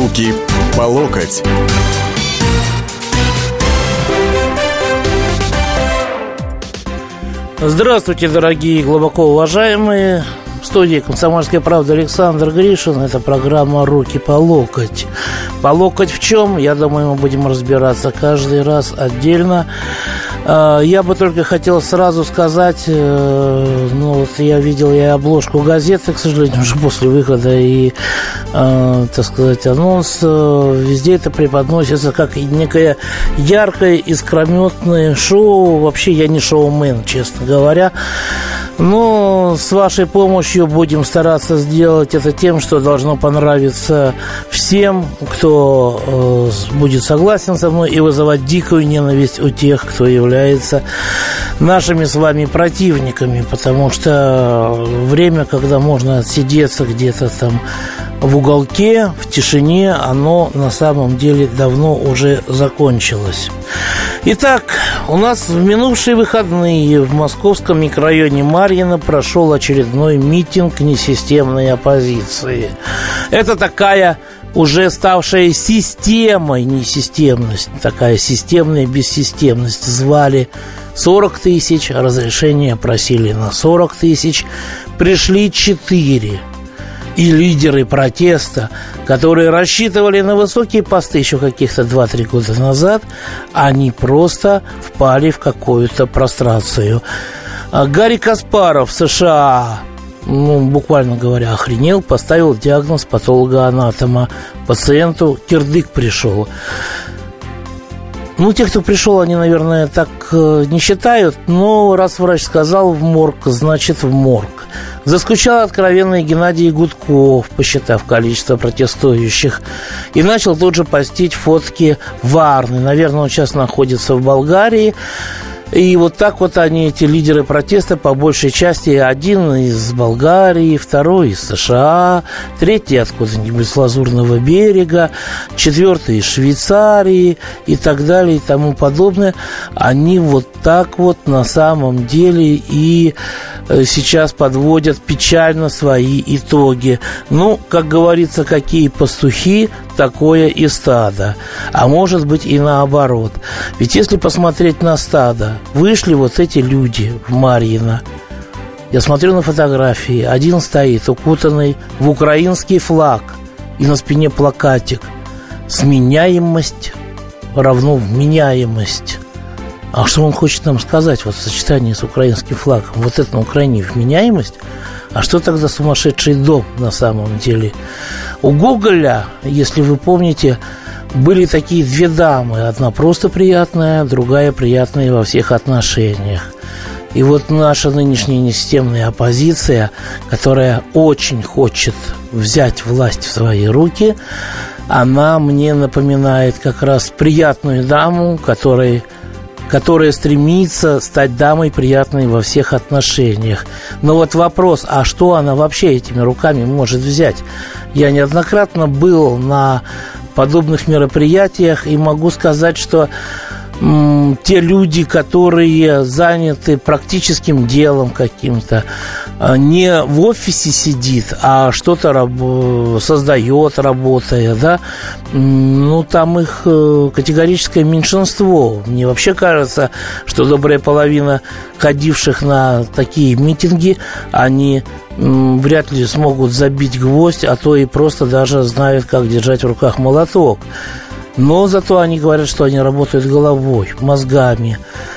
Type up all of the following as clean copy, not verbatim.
Руки по локоть. Здравствуйте, дорогие глубоко уважаемые. В студии «Комсомольская правда» Александр Гришин. Это программа «Руки по локоть». По локоть в чем? Я думаю, мы будем разбираться каждый раз отдельно. Я бы только хотел сразу сказать, я видел обложку газеты, к сожалению, уже после выхода, и, так сказать, анонс. Везде это преподносится как некое яркое, искрометное шоу. Вообще, я не шоумен, честно говоря. Но с вашей помощью будем стараться сделать это тем, что должно понравиться всем, кто будет согласен со мной, и вызывать дикую ненависть у тех, кто является нашими с вами противниками. Потому что время, когда можно отсидеться где-то там в уголке, в тишине, оно на самом деле давно уже закончилось. Итак, у нас в минувшие выходные в московском микрорайоне Марьино прошел очередной митинг несистемной оппозиции. Это такая уже ставшая системой несистемность, такая системная бессистемность. Звали 40 тысяч, разрешение просили на 40 тысяч, пришли 4. И лидеры протеста, которые рассчитывали на высокие посты еще каких-то 2-3 года назад, они просто впали в какую-то прострацию. Гарри Каспаров в США, буквально говоря, охренел, поставил диагноз патолога-анатома. Пациенту кирдык пришел. Те, кто пришел, они, наверное, так не считают, но раз врач сказал в морг, значит в морг. Заскучал откровенный Геннадий Гудков, посчитав количество протестующих, и начал тут же постить фотки Варны. Наверное, он сейчас находится в Болгарии. И вот так вот они, эти лидеры протеста, по большей части, один из Болгарии, второй из США, третий откуда-нибудь с Лазурного берега, четвертый из Швейцарии и так далее и тому подобное. Они вот так вот на самом деле и сейчас подводят печально свои итоги. Как говорится, какие пастухи, такое и стадо. А может быть и наоборот. Ведь если посмотреть на стадо, вышли вот эти люди в Марьино. Я смотрю на фотографии. Один стоит, укутанный в украинский флаг, и на спине плакатик: «Сменяемость равно вменяемость». А что он хочет нам сказать в сочетании с украинским флагом? Вот это на Украине вменяемость? А что тогда сумасшедший дом на самом деле? У Гоголя, если вы помните, были такие 2 дамы. Одна просто приятная, другая приятная во всех отношениях. И вот наша нынешняя несистемная оппозиция, которая очень хочет взять власть в свои руки, она мне напоминает как раз приятную даму, которая стремится стать дамой приятной во всех отношениях. Но вот вопрос, а что она вообще этими руками может взять? Я неоднократно был на подобных мероприятиях и могу сказать, что те люди, которые заняты практическим делом каким-то, не в офисе сидит, а что-то создает, работая, да, там их категорическое меньшинство. Мне вообще кажется, что добрая половина ходивших на такие митинги, они вряд ли смогут забить гвоздь, а то и просто даже знают, как держать в руках молоток. Но зато они говорят, что они работают головой, мозгами.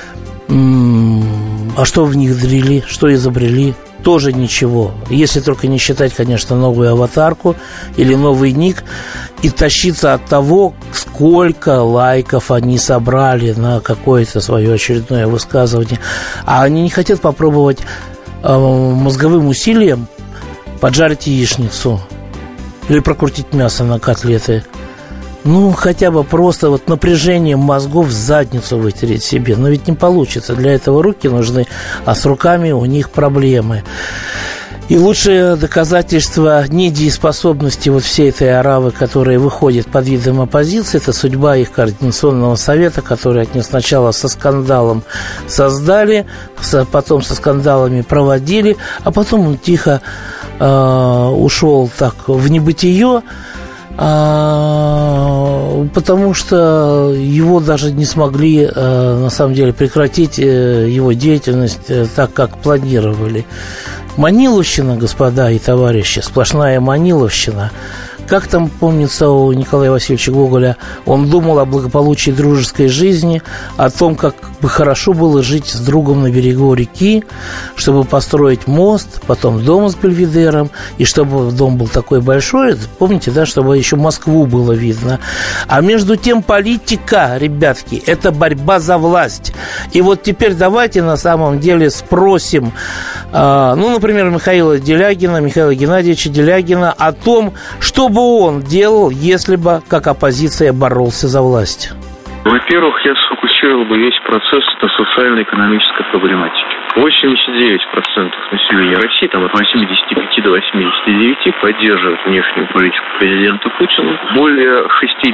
А что в них дрели, что изобрели? Тоже ничего. Если только не считать, конечно, новую аватарку или новый ник и тащиться от того, сколько лайков они собрали на какое-то свое очередное высказывание. А они не хотят попробовать мозговым усилием поджарить яичницу или прокрутить мясо на котлеты. Хотя бы просто вот напряжением мозгов в задницу вытереть себе. Но ведь не получится. Для этого руки нужны, а с руками у них проблемы. И лучшее доказательство недееспособности вот всей этой аравы, которая выходит под видом оппозиции, это судьба их координационного совета, который они сначала со скандалом создали, потом со скандалами проводили, а потом он тихо ушел так в небытие. потому что его даже не смогли, на самом деле, прекратить его деятельность так, как планировали. Маниловщина, господа и товарищи, сплошная маниловщина. Как там, помнится, у Николая Васильевича Гоголя, он думал о благополучии дружеской жизни, о том, как бы хорошо было жить с другом на берегу реки, чтобы построить мост, потом дом с бельведером, и чтобы дом был такой большой, помните, да, чтобы еще Москву было видно. А между тем политика, ребятки, это борьба за власть. И вот теперь давайте на самом деле спросим, например, Михаила Геннадьевича Делягина о том, что бы он делал, если бы, как оппозиция, боролся за власть? Во-первых, я сфокусировал бы весь процесс на социально-экономической проблематике. 89% населения России, там от 85 до 89, поддерживают внешнюю политику президента Путина. Более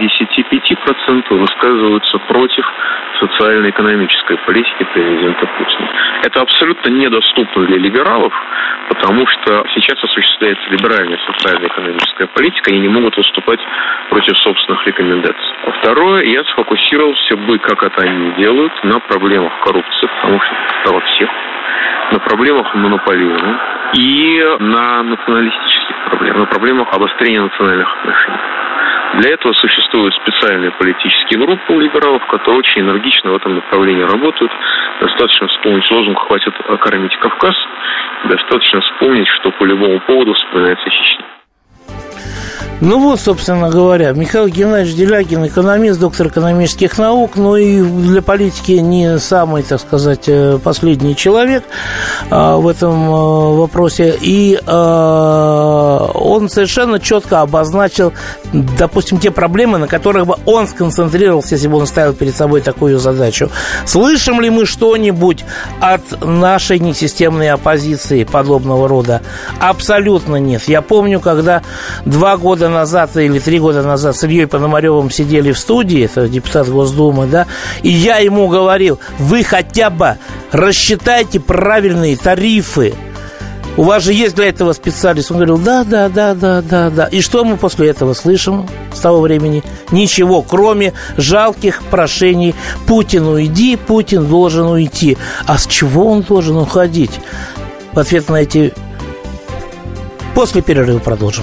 65% высказываются против социально-экономической политики президента Путина. Это абсолютно недоступно для либералов, потому что сейчас осуществляется либеральная социально-экономическая политика, и они не могут выступать против собственных рекомендаций. А второе, я сфокусировался бы, как это они делают, на проблемах коррупции, потому что это всех, на проблемах монополизма и на националистических проблемах, на проблемах обострения национальных отношений. Для этого существуют специальные политические группы у либералов, которые очень энергично в этом направлении работают. Достаточно вспомнить лозунг «Хватит кормить Кавказ», достаточно вспомнить, что по любому поводу вспоминается Чечня. Ну вот, собственно говоря, Михаил Геннадьевич Делягин, экономист, доктор экономических наук, но и для политики не самый, так сказать, последний человек в этом вопросе. И он совершенно четко обозначил, допустим, те проблемы, на которых бы он сконцентрировался, если бы он ставил перед собой такую задачу. Слышим ли мы что-нибудь от нашей несистемной оппозиции подобного рода? Абсолютно нет. Я помню, когда 2 года назад или 3 года назад с Ильей Пономаревым сидели в студии, это депутат Госдумы, да, и я ему говорил: вы хотя бы рассчитайте правильные тарифы. У вас же есть для этого специалист. Он говорил: да. И что мы после этого слышим с того времени? Ничего, кроме жалких прошений: Путин, уйди, Путин должен уйти. А с чего он должен уходить? В ответ на эти... После перерыва продолжим.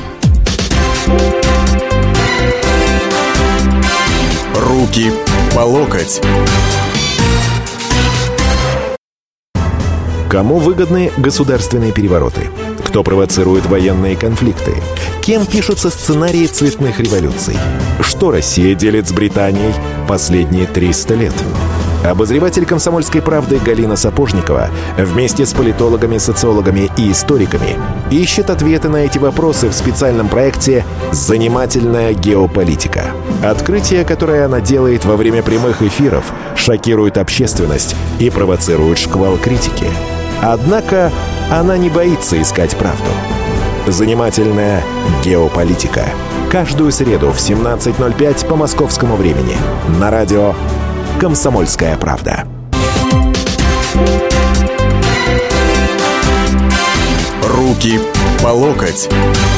Руки по локоть. Кому выгодны государственные перевороты? Кто провоцирует военные конфликты? Кем пишутся сценарии цветных революций? Что Россия делит с Британией последние 300 лет? Обозреватель «Комсомольской правды» Галина Сапожникова вместе с политологами, социологами и историками ищет ответы на эти вопросы в специальном проекте «Занимательная геополитика». Открытие, которое она делает во время прямых эфиров, шокирует общественность и провоцирует шквал критики. Однако она не боится искать правду. «Занимательная геополитика». Каждую среду в 17:05 по московскому времени на радио «Комсомольская правда». Руки по локоть.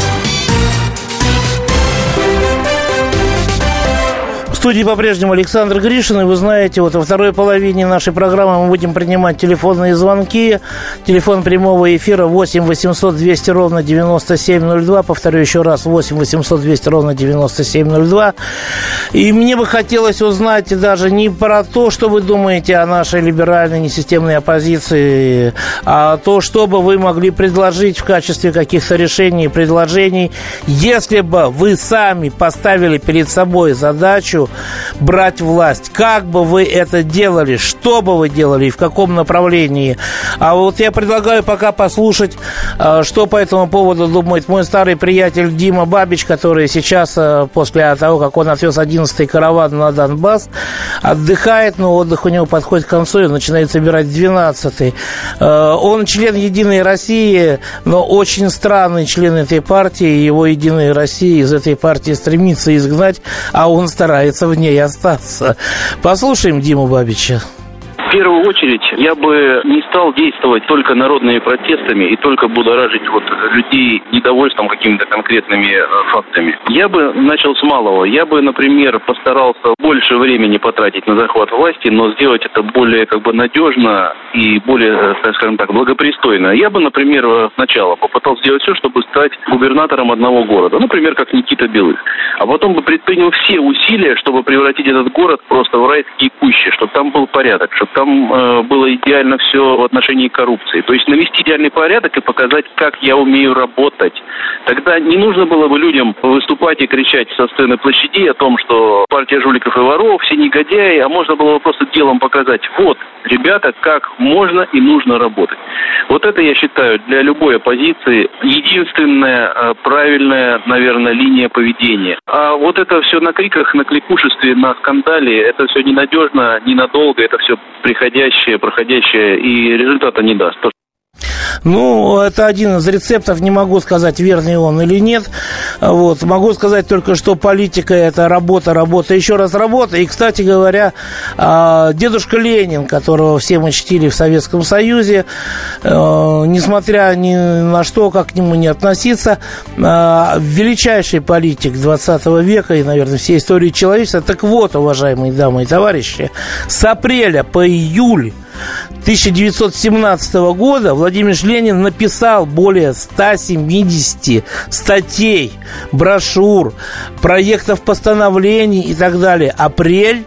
В студии по-прежнему Александр Гришин. И вы знаете, вот во второй половине нашей программы мы будем принимать телефонные звонки. Телефон прямого эфира 8 800 200 ровно 9702. Повторю еще раз: 8 800 200 ровно 9702. И мне бы хотелось узнать даже не про то, что вы думаете о нашей либеральной несистемной оппозиции, а то, что бы вы могли предложить в качестве каких-то решений, предложений, если бы вы сами поставили перед собой задачу брать власть. Как бы вы это делали? Что бы вы делали и в каком направлении? А вот я предлагаю пока послушать, что по этому поводу думает мой старый приятель Дима Бабич, который сейчас, после того, как он отвез 11-й караван на Донбасс, отдыхает, но отдых у него подходит к концу, и он начинает собирать 12-й. Он член «Единой России», но очень странный член этой партии. Его «Единая Россия» из этой партии стремится изгнать, а он старается в ней остаться. Послушаем Диму Бабича. В первую очередь, я бы не стал действовать только народными протестами и только будоражить людей недовольством какими-то конкретными фактами. Я бы начал с малого. Я бы, например, постарался больше времени потратить на захват власти, но сделать это более надежно и более, скажем так, благопристойно. Я бы, например, сначала попытался сделать все, чтобы стать губернатором одного города. Например, как Никита Белых. А потом бы предпринял все усилия, чтобы превратить этот город просто в райские кущи, чтобы там был порядок, чтобы там было идеально все в отношении коррупции. То есть навести идеальный порядок и показать, как я умею работать. Тогда не нужно было бы людям выступать и кричать со сцены площадей о том, что партия жуликов и воров, все негодяи, а можно было бы просто делом показать: вот, ребята, как можно и нужно работать. Вот это, я считаю, для любой оппозиции единственная правильная, наверное, линия поведения. А вот это все на криках, на кликушестве, на скандале, это все ненадежно, ненадолго, это все приходящее, проходящее, и результата не даст. Ну, это один из рецептов, не могу сказать, верный он или нет. Могу сказать только, что политика – это работа, еще раз работа. И, кстати говоря, дедушка Ленин, которого все мы чтили в Советском Союзе, несмотря ни на что, как к нему не относиться, величайший политик 20 века и, наверное, всей истории человечества. Так вот, уважаемые дамы и товарищи, с апреля по июль 1917 года Владимир Ленин написал более 170 статей, брошюр, проектов постановлений и так далее. Апрель,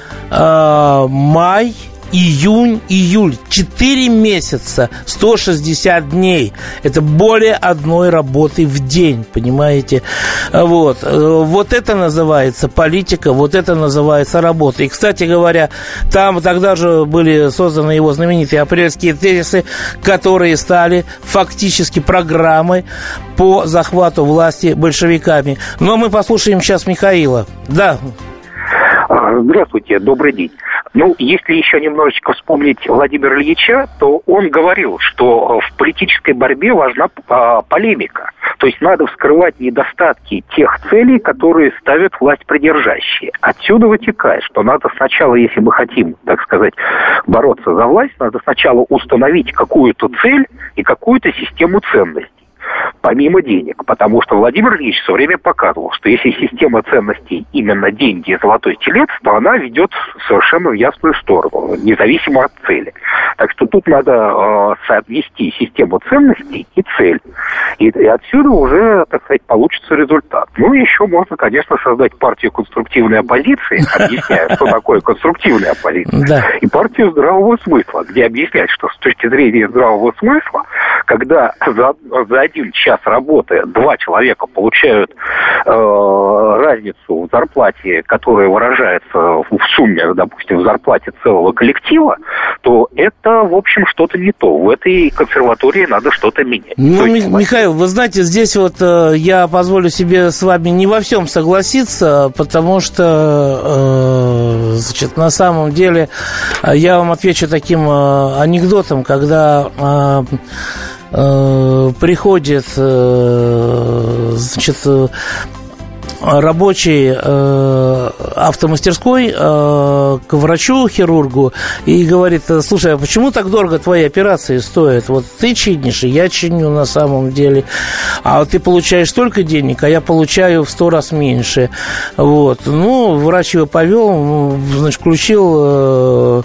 май, июнь, июль. 4 месяца, 160 дней. Это более одной работы в день, понимаете? Вот это называется политика, вот это называется работа. И, кстати говоря, там тогда же были созданы его знаменитые апрельские тезисы, которые стали фактически программой по захвату власти большевиками. Но мы послушаем сейчас Михаила. Да. Здравствуйте, добрый день. Если еще немножечко вспомнить Владимира Ильича, то он говорил, что в политической борьбе важна полемика. То есть надо вскрывать недостатки тех целей, которые ставят власть придержащие. Отсюда вытекает, что надо сначала, если мы хотим, так сказать, бороться за власть, надо сначала установить какую-то цель и какую-то систему ценностей, помимо денег. Потому что Владимир Ильич все время показывал, что если система ценностей именно деньги и золотой телец, то она ведет совершенно в ясную сторону, независимо от цели. Так что тут надо соотвести систему ценностей и цель. И отсюда уже, так сказать, получится результат. Еще можно, конечно, создать партию конструктивной оппозиции, объясняя, что такое конструктивная оппозиция, и партию здравого смысла, где объяснять, что с точки зрения здравого смысла, когда за 1 час работы 2 человека получают разницу в зарплате, которая выражается в сумме, допустим, в зарплате целого коллектива, то это, в общем, что-то не то. В этой консерватории надо что-то менять. Михаил, вы знаете, здесь я позволю себе с вами не во всем согласиться, потому что, на самом деле, я вам отвечу таким анекдотом, когда приходит, рабочий автомастерской к врачу-хирургу и говорит: слушай, а почему так дорого твои операции стоят? Вот ты чинишь, и я чиню на самом деле. А ты получаешь столько денег, а я получаю в 100 раз меньше. Врач его повел, включил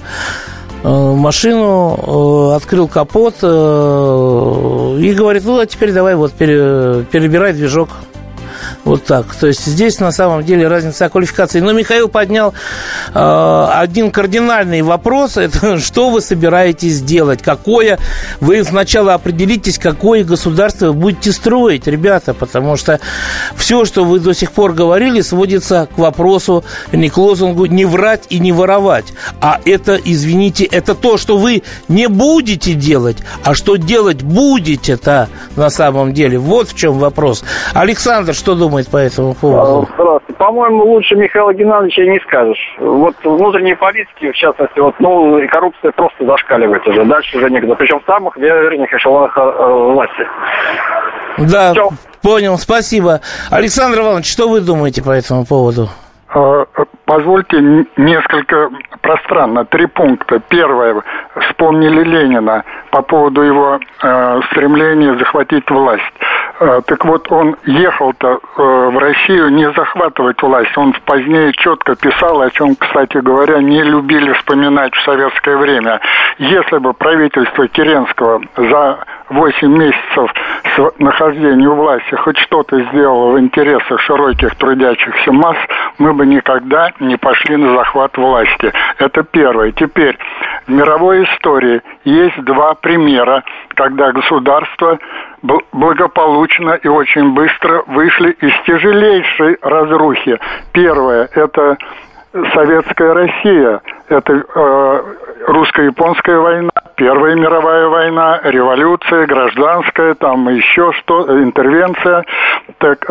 машину, открыл капот и говорит: а теперь давай перебирай движок. Вот так. То есть здесь на самом деле разница квалификации. Но Михаил поднял один кардинальный вопрос. Это что вы собираетесь делать? Вы сначала определитесь, какое государство вы будете строить, ребята. Потому что все, что вы до сих пор говорили, сводится к вопросу, не к лозунгу «не врать и не воровать». А это, извините, это то, что вы не будете делать. А что делать будете-то на самом деле? Вот в чем вопрос. Александр, что думает по этому поводу? Здравствуйте. По-моему, лучше Михаила Геннадьевича не скажешь. Внутренней политики, в частности, и коррупция просто зашкаливает уже. Дальше уже некогда. Причем в самых верхних эшелонах власти. Да, все. Понял, спасибо. Александр Иванович, что вы думаете по этому поводу? Позвольте несколько пространно 3 пункта. Первое, вспомнили Ленина по поводу его стремления захватить власть. Так вот, он ехал-то в Россию не захватывать власть. Он позднее четко писал, о чем, кстати говоря, не любили вспоминать в советское время. Если бы правительство Керенского за 8 месяцев нахождения у власти хоть что-то сделало в интересах широких трудящихся масс, мы бы никогда не пошли на захват власти. Это первое. Теперь, в мировой истории есть 2 примера, когда государства благополучно и очень быстро вышли из тяжелейшей разрухи. Первое – это Советская Россия, это русско-японская война, Первая мировая война, революция, гражданская, там еще что, интервенция. Так,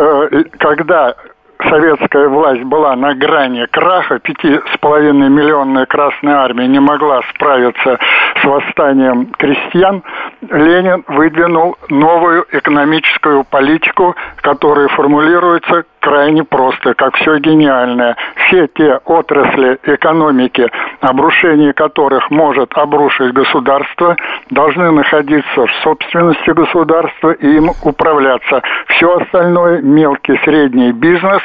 когда советская власть была на грани краха, 5,5-миллионная Красная Армия не могла справиться с восстанием крестьян, Ленин выдвинул новую экономическую политику, которая формулируется крайне просто, как все гениальное. Все те отрасли экономики, обрушение которых может обрушить государство, должны находиться в собственности государства и им управляться. Все остальное, мелкий, средний бизнес,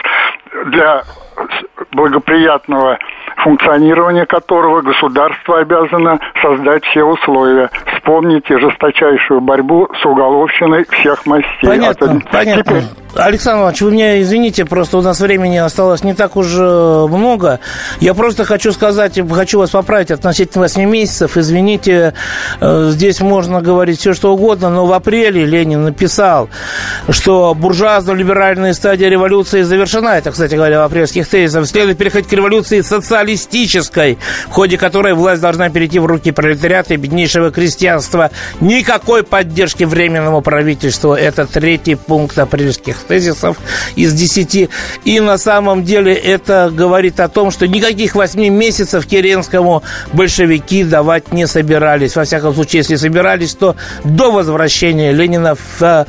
для благоприятного функционирования которого государство обязано создать все условия. Вспомните жесточайшую борьбу с уголовщиной всех мастей. Понятно, понятно. Теперь... Александр Иванович, вы меня извините, просто у нас времени осталось не так уж много. Я просто хочу сказать, хочу вас поправить относительно 8 месяцев. Извините, здесь можно говорить все, что угодно, но в апреле Ленин написал, что буржуазно-либеральная стадия революции завершена. Это, кстати говоря, в апрельских тезисах. Следует переходить к революции социалистической, в ходе которой власть должна перейти в руки пролетариата и беднейшего крестьянства. Никакой поддержки временному правительству. Это 3-й пункт апрельских тезисов из 10. И на самом деле это говорит о том, что никаких 8 месяцев Керенскому большевики давать не собирались. Во всяком случае, если собирались, то до возвращения Ленина в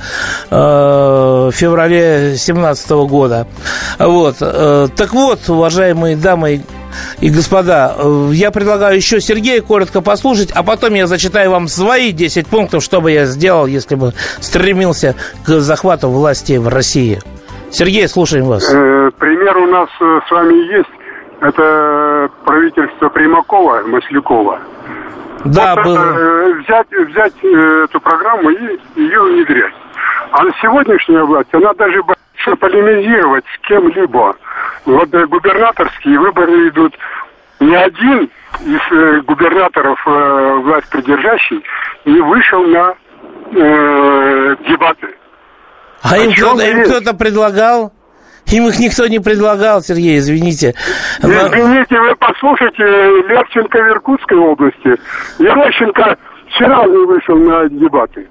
феврале 17 года. Вот. Так вот, уважаемые дамы и господа, я предлагаю еще Сергея коротко послушать, а потом я зачитаю вам свои 10 пунктов, что бы я сделал, если бы стремился к захвату власти в России. Сергей, слушаем вас. Пример у нас с вами есть. Это правительство Примакова, Маслякова. Да, вот, было. Взять эту программу и ее внедрять. А сегодняшняя власть, она даже боится полемизировать с кем-либо. Вот губернаторские выборы идут. Ни один из губернаторов власть придержащий не вышел на дебаты. А им кто-то предлагал? Им их никто не предлагал, Сергей, извините. Извините, вы послушайте Левченко в Иркутской области. Левченко вчера не вышел на дебаты.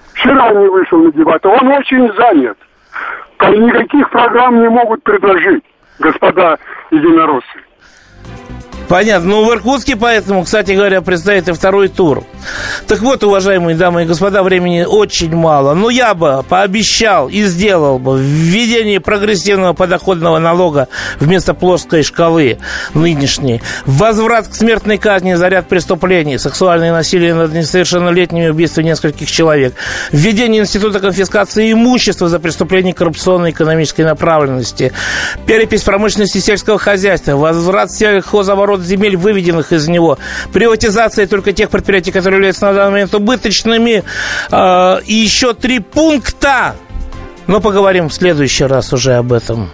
Он очень занят. Никаких программ не могут предложить, господа единороссы. Понятно. Ну, в Иркутске поэтому, кстати говоря, предстоит и 2-й тур. Так вот, уважаемые дамы и господа, времени очень мало. Но я бы пообещал и сделал бы введение прогрессивного подоходного налога вместо плоской шкалы нынешней. Возврат к смертной казни за ряд преступлений. Сексуальное насилие над несовершеннолетними, убийство нескольких человек. Введение института конфискации имущества за преступления коррупционной и экономической направленности. Перепись промышленности и сельского хозяйства. Возврат сельхозоборота земель, выведенных из него, приватизация только тех предприятий, которые являются на данный момент убыточными, и еще 3 пункта. Но поговорим в следующий раз уже об этом.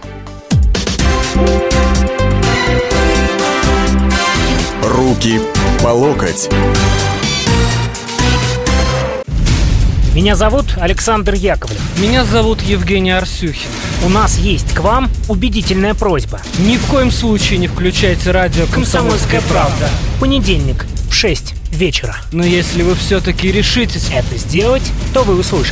Руки по локоть. Меня зовут Александр Яковлев. Меня зовут Евгений Арсюхин. У нас есть к вам убедительная просьба. Ни в коем случае не включайте радио «Комсомольская правда». В понедельник в 6 вечера. Но если вы все-таки решитесь это сделать, то вы услышите.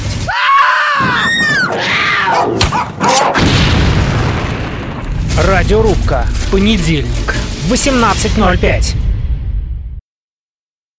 Радиорубка. В понедельник. В 18:05.